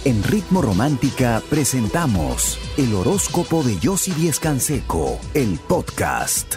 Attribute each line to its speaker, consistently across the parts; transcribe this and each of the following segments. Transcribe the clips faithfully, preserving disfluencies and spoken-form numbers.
Speaker 1: En Ritmo Romántica presentamos el horóscopo de Yossi Díez Canseco, el podcast.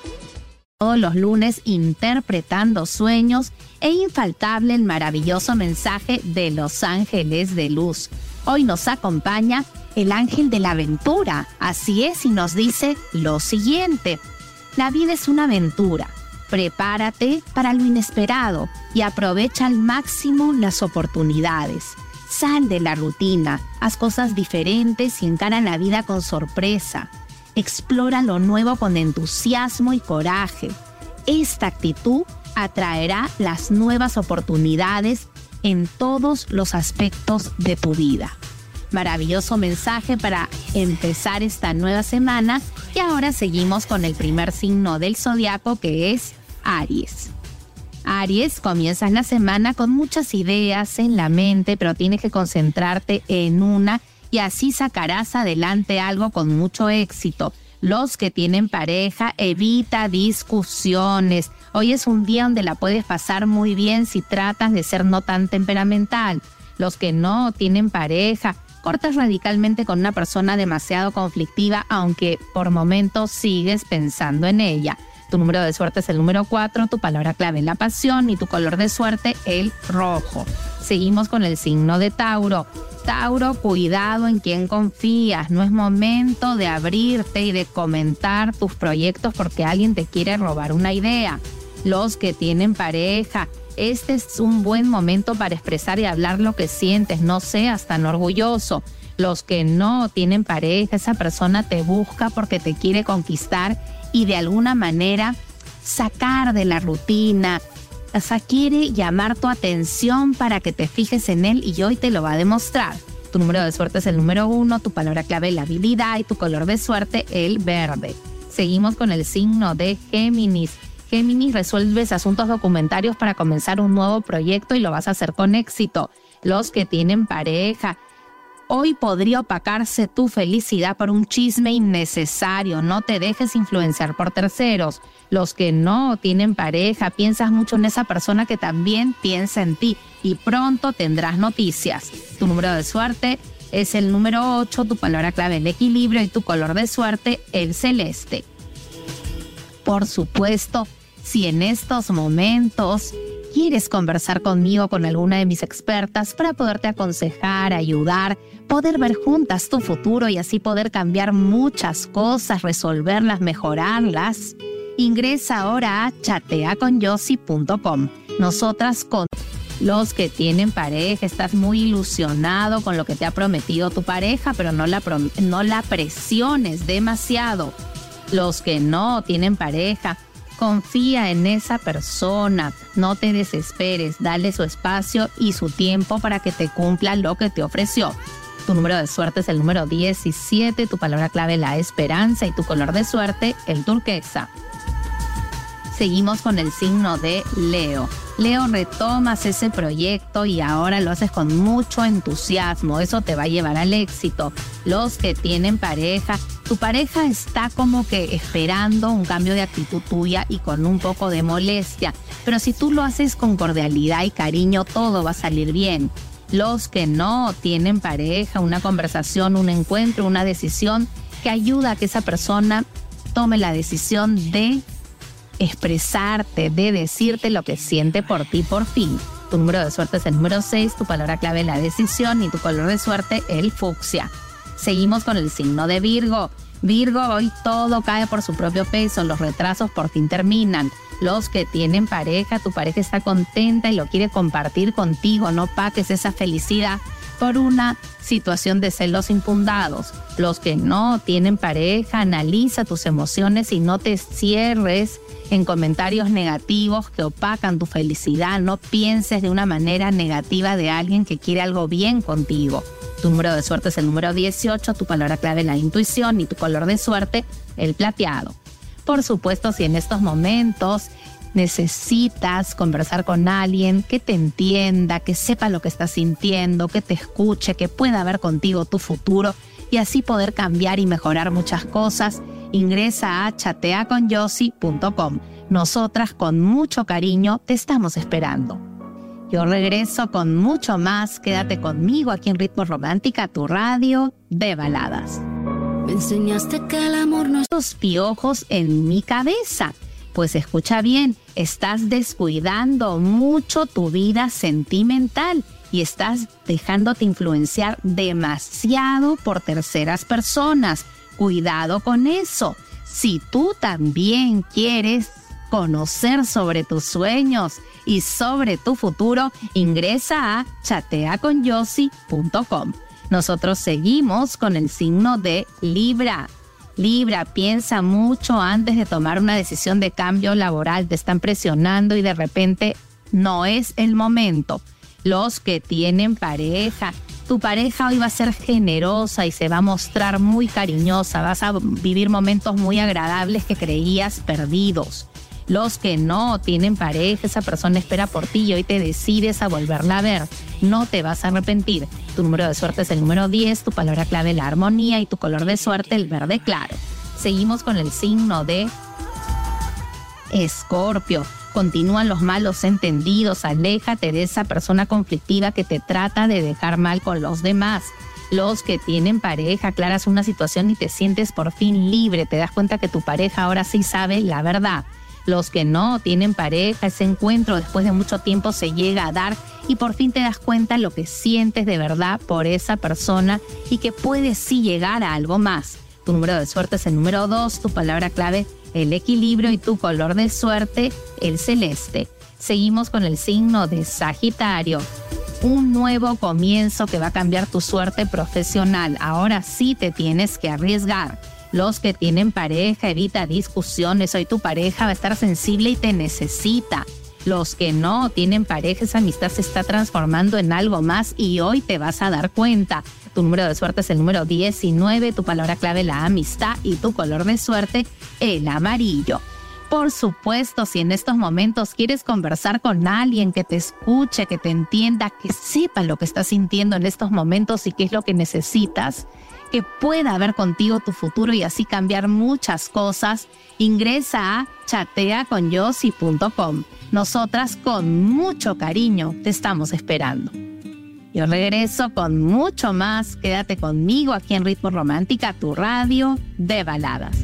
Speaker 2: Todos los lunes interpretando sueños e infaltable el maravilloso mensaje de los ángeles de luz. Hoy nos acompaña el ángel de la aventura, así es, y nos dice lo siguiente: la vida es una aventura. Prepárate para lo inesperado y aprovecha al máximo las oportunidades. Sal de la rutina, haz cosas diferentes y encara la vida con sorpresa. Explora lo nuevo con entusiasmo y coraje. Esta actitud atraerá las nuevas oportunidades en todos los aspectos de tu vida. Maravilloso mensaje para empezar esta nueva semana, y ahora seguimos con el primer signo del zodiaco, que es Aries. Aries, comienzas la semana con muchas ideas en la mente, pero tienes que concentrarte en una y así sacarás adelante algo con mucho éxito. Los que tienen pareja, evita discusiones. Hoy es un día donde la puedes pasar muy bien si tratas de ser no tan temperamental. Los que no tienen pareja, cortas radicalmente con una persona demasiado conflictiva, aunque por momentos sigues pensando en ella. Tu número de suerte es el número cuatro, tu palabra clave es la pasión y tu color de suerte el rojo. Seguimos con el signo de Tauro. Tauro, cuidado en quién confías. No es momento de abrirte y de comentar tus proyectos porque alguien te quiere robar una idea. Los que tienen pareja, este es un buen momento para expresar y hablar lo que sientes. No seas tan orgulloso. Los que no tienen pareja, esa persona te busca porque te quiere conquistar y de alguna manera sacar de la rutina. O sea, quiere llamar tu atención para que te fijes en él y hoy te lo va a demostrar. Tu número de suerte es el número uno, tu palabra clave la habilidad y tu color de suerte el verde. Seguimos con el signo de Géminis. Géminis, resuelves asuntos documentarios para comenzar un nuevo proyecto y lo vas a hacer con éxito. Los que tienen pareja, hoy podría opacarse tu felicidad por un chisme innecesario. No te dejes influenciar por terceros. Los que no tienen pareja, piensas mucho en esa persona que también piensa en ti y pronto tendrás noticias. Tu número de suerte es el número ocho, tu palabra clave el equilibrio y tu color de suerte el celeste. Por supuesto, si en estos momentos quieres conversar conmigo, con alguna de mis expertas, para poderte aconsejar, ayudar, poder ver juntas tu futuro y así poder cambiar muchas cosas, resolverlas, mejorarlas, ingresa ahora a chatea con yossi punto com. Nosotras con los que tienen pareja, estás muy ilusionado con lo que te ha prometido tu pareja, pero no la, prom- no la presiones demasiado. Los que no tienen pareja, confía en esa persona, no te desesperes, dale su espacio y su tiempo para que te cumpla lo que te ofreció. Tu número de suerte es el número diecisiete, tu palabra clave la esperanza y tu color de suerte el turquesa. Seguimos con el signo de Leo. Leo, retomas ese proyecto y ahora lo haces con mucho entusiasmo. Eso te va a llevar al éxito. Los que tienen pareja, tu pareja está como que esperando un cambio de actitud tuya y con un poco de molestia. Pero si tú lo haces con cordialidad y cariño, todo va a salir bien. Los que no tienen pareja, una conversación, un encuentro, una decisión que ayuda a que esa persona tome la decisión de expresarte, de decirte lo que siente por ti por fin. Tu número de suerte es el número seis, tu palabra clave la decisión y tu color de suerte el fucsia. Seguimos con el signo de Virgo. Virgo, hoy todo cae por su propio peso, los retrasos por fin terminan. Los que tienen pareja, tu pareja está contenta y lo quiere compartir contigo, no pagues esa felicidad por una situación de celos infundados. Los que no tienen pareja, analiza tus emociones y no te cierres en comentarios negativos que opacan tu felicidad. No pienses de una manera negativa de alguien que quiere algo bien contigo. Tu número de suerte es el número dieciocho, tu palabra clave la intuición y tu color de suerte el plateado. Por supuesto, si en estos momentos necesitas conversar con alguien que te entienda, que sepa lo que estás sintiendo, que te escuche, que pueda ver contigo tu futuro y así poder cambiar y mejorar muchas cosas, ingresa a chatea con yossi punto com. Nosotras con mucho cariño te estamos esperando. Yo regreso con mucho más. Quédate conmigo aquí en Ritmo Romántica, tu radio de baladas.
Speaker 3: Me enseñaste que el amor no es...
Speaker 2: Los piojos en mi cabeza. Pues escucha bien, estás descuidando mucho tu vida sentimental y estás dejándote influenciar demasiado por terceras personas. Cuidado con eso. Si tú también quieres conocer sobre tus sueños y sobre tu futuro, ingresa a chatea con yossi punto com. Nosotros seguimos con el signo de Libra. Libra, piensa mucho antes de tomar una decisión de cambio laboral. Te están presionando y de repente no es el momento. Los que tienen pareja, tu pareja hoy va a ser generosa y se va a mostrar muy cariñosa. Vas a vivir momentos muy agradables que creías perdidos. Los que no tienen pareja, esa persona espera por ti y hoy te decides a volverla a ver. No te vas a arrepentir. Tu número de suerte es el número diez, tu palabra clave la armonía y tu color de suerte el verde claro. Seguimos con el signo de Escorpio. Continúan los malos entendidos, aléjate de esa persona conflictiva que te trata de dejar mal con los demás. Los que tienen pareja, aclaras una situación y te sientes por fin libre, te das cuenta que tu pareja ahora sí sabe la verdad. Los que no tienen pareja, ese encuentro después de mucho tiempo se llega a dar y por fin te das cuenta lo que sientes de verdad por esa persona y que puedes sí llegar a algo más. Tu número de suerte es el número dos, tu palabra clave el equilibrio y tu color de suerte el celeste. Seguimos con el signo de Sagitario. Un nuevo comienzo que va a cambiar tu suerte profesional. Ahora sí te tienes que arriesgar. Los que tienen pareja, evita discusiones. Hoy tu pareja va a estar sensible y te necesita. Los que no tienen pareja, esa amistad se está transformando en algo más y hoy te vas a dar cuenta. Tu número de suerte es el número diecinueve, tu palabra clave la amistad y tu color de suerte el amarillo. Por supuesto, si en estos momentos quieres conversar con alguien que te escuche, que te entienda, que sepa lo que estás sintiendo en estos momentos y qué es lo que necesitas, que pueda ver contigo tu futuro y así cambiar muchas cosas, ingresa a chatea con yossi punto com. Nosotras con mucho cariño te estamos esperando. Yo regreso con mucho más. Quédate conmigo aquí en Ritmo Romántica, tu radio de baladas.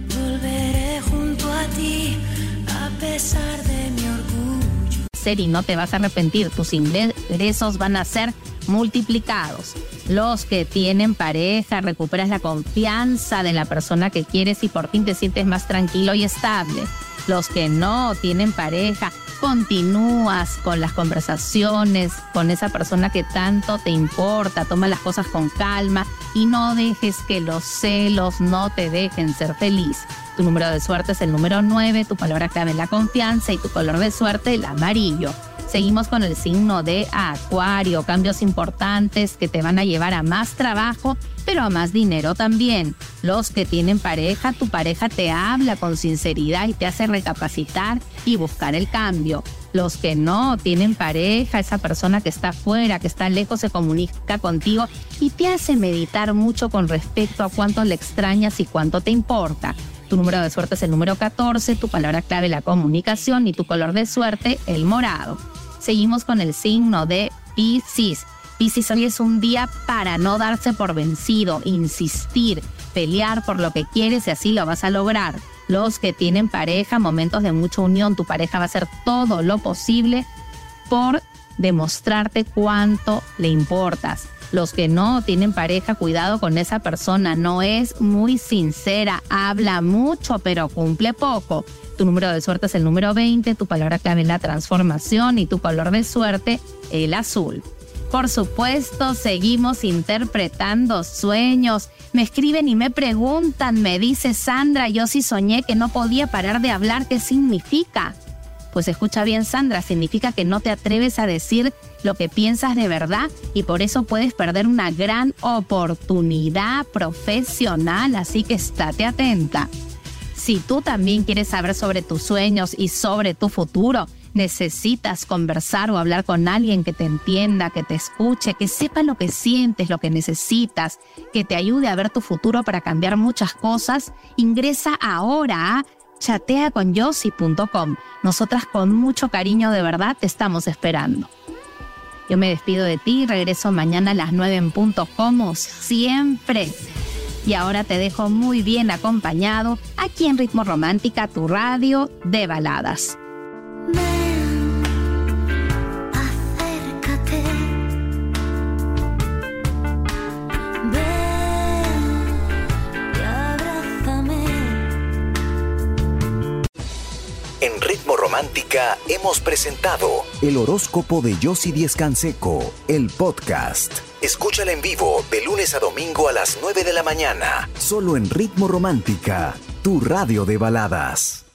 Speaker 3: Volveré junto a ti a pesar de mi orgullo.
Speaker 2: Y no te vas a arrepentir, tus ingresos van a ser multiplicados. Los que tienen pareja, recuperas la confianza de la persona que quieres y por fin te sientes más tranquilo y estable. Los que no tienen pareja, continúas con las conversaciones con esa persona que tanto te importa, toma las cosas con calma y no dejes que los celos no te dejen ser feliz. Tu número de suerte es el número nueve, tu palabra clave es la confianza y tu color de suerte el amarillo. Seguimos con el signo de Acuario, cambios importantes que te van a llevar a más trabajo, pero a más dinero también. Los que tienen pareja, tu pareja te habla con sinceridad y te hace recapacitar y buscar el cambio. Los que no tienen pareja, esa persona que está afuera, que está lejos, se comunica contigo y te hace meditar mucho con respecto a cuánto le extrañas y cuánto te importa. Tu número de suerte es el número catorce, tu palabra clave la comunicación y tu color de suerte el morado. Seguimos con el signo de Piscis. Piscis, hoy es un día para no darse por vencido, insistir, pelear por lo que quieres y así lo vas a lograr. Los que tienen pareja, momentos de mucha unión, tu pareja va a hacer todo lo posible por demostrarte cuánto le importas. Los que no tienen pareja, cuidado con esa persona, no es muy sincera, habla mucho pero cumple poco. Tu número de suerte es el número veinte, tu palabra clave es la transformación y tu color de suerte el azul. Por supuesto, seguimos interpretando sueños. Me escriben y me preguntan, me dice Sandra, yo sí soñé que no podía parar de hablar, ¿qué significa? Pues escucha bien, Sandra, significa que no te atreves a decir lo que piensas de verdad y por eso puedes perder una gran oportunidad profesional, así que estate atenta. Si tú también quieres saber sobre tus sueños y sobre tu futuro, necesitas conversar o hablar con alguien que te entienda, que te escuche, que sepa lo que sientes, lo que necesitas, que te ayude a ver tu futuro para cambiar muchas cosas, ingresa ahora a chatea con yossi punto com. Nosotras con mucho cariño de verdad te estamos esperando. Yo me despido de ti, regreso mañana a las nueve en punto como siempre. Y ahora te dejo muy bien acompañado aquí en Ritmo Romántica, tu radio de baladas.
Speaker 3: Ven, acércate. Ven y abrázame.
Speaker 1: En Ritmo Romántica hemos presentado el horóscopo de Yossi Díez Canseco, el podcast. Escúchala en vivo de lunes a domingo a las nueve de la mañana, solo en Ritmo Romántica, tu radio de baladas.